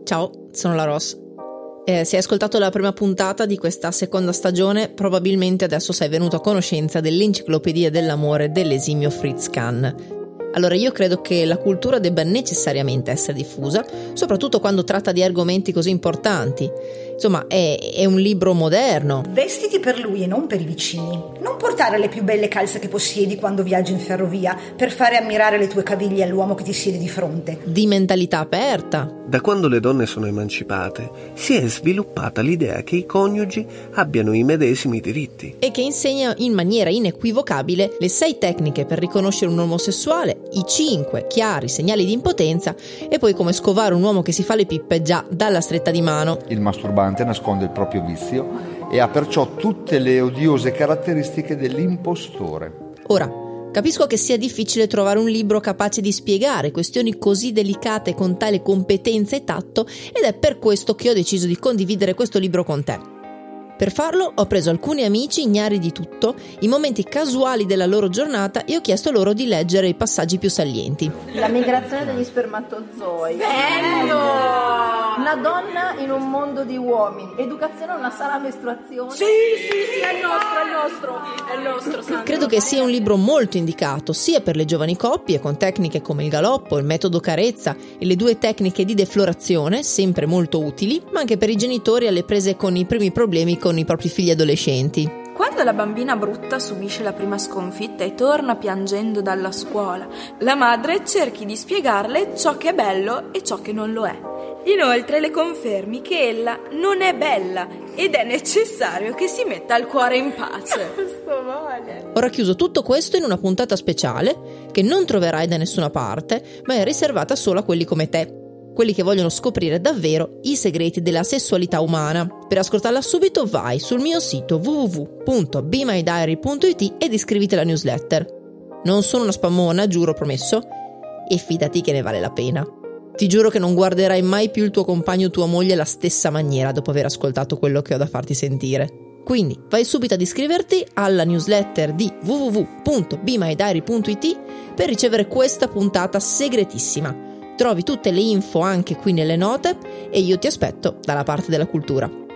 Ciao, sono la Ros. Se hai ascoltato la prima puntata di questa seconda stagione, probabilmente adesso sei venuto a conoscenza dell'enciclopedia dell'amore dell'esimio Fritz Kahn. Allora, io credo che la cultura debba necessariamente essere diffusa, soprattutto quando tratta di argomenti così importanti. Insomma, è un libro moderno. Vestiti per lui e non per i vicini. Non portare le più belle calze che possiedi quando viaggi in ferrovia per fare ammirare le tue caviglie all'uomo che ti siede di fronte. Di mentalità aperta. Da quando le donne sono emancipate, si è sviluppata l'idea che i coniugi abbiano i medesimi diritti. E che insegna in maniera inequivocabile le 6 tecniche per riconoscere un omosessuale, i 5 chiari segnali di impotenza e poi come scovare un uomo che si fa le pippe già dalla stretta di mano. Il masturbante nasconde il proprio vizio e ha perciò tutte le odiose caratteristiche dell'impostore. Ora, capisco che sia difficile trovare un libro capace di spiegare questioni così delicate con tale competenza e tatto, ed è per questo che ho deciso di condividere questo libro con te. Per farlo ho preso alcuni amici ignari di tutto, in momenti casuali della loro giornata, e ho chiesto loro di leggere i passaggi più salienti. La migrazione degli spermatozoi. Bello! Una donna in un mondo di uomini. Educazione a una sana mestruazione. Sì, è il nostro. Sandro. Credo che sia un libro molto indicato sia per le giovani coppie, con tecniche come il galoppo, il metodo carezza e le 2 tecniche di deflorazione, sempre molto utili, ma anche per i genitori alle prese con i primi problemi con i propri figli adolescenti. Quando la bambina brutta subisce la prima sconfitta e torna piangendo dalla scuola, la madre cerchi di spiegarle ciò che è bello e ciò che non lo è. Inoltre le confermi che ella non è bella ed è necessario che si metta il cuore in pace. Sto male. Ho racchiuso tutto questo in una puntata speciale che non troverai da nessuna parte, ma è riservata solo a quelli come te, quelli che vogliono scoprire davvero i segreti della sessualità umana. Per ascoltarla subito vai sul mio sito www.bemydiary.it ed iscriviti alla newsletter. Non sono una spammona, giuro, promesso, e fidati che ne vale la pena. Ti giuro che non guarderai mai più il tuo compagno o tua moglie alla stessa maniera dopo aver ascoltato quello che ho da farti sentire. Quindi vai subito ad iscriverti alla newsletter di www.bemydiary.it per ricevere questa puntata segretissima. Trovi tutte le info anche qui nelle note e io ti aspetto dalla parte della cultura.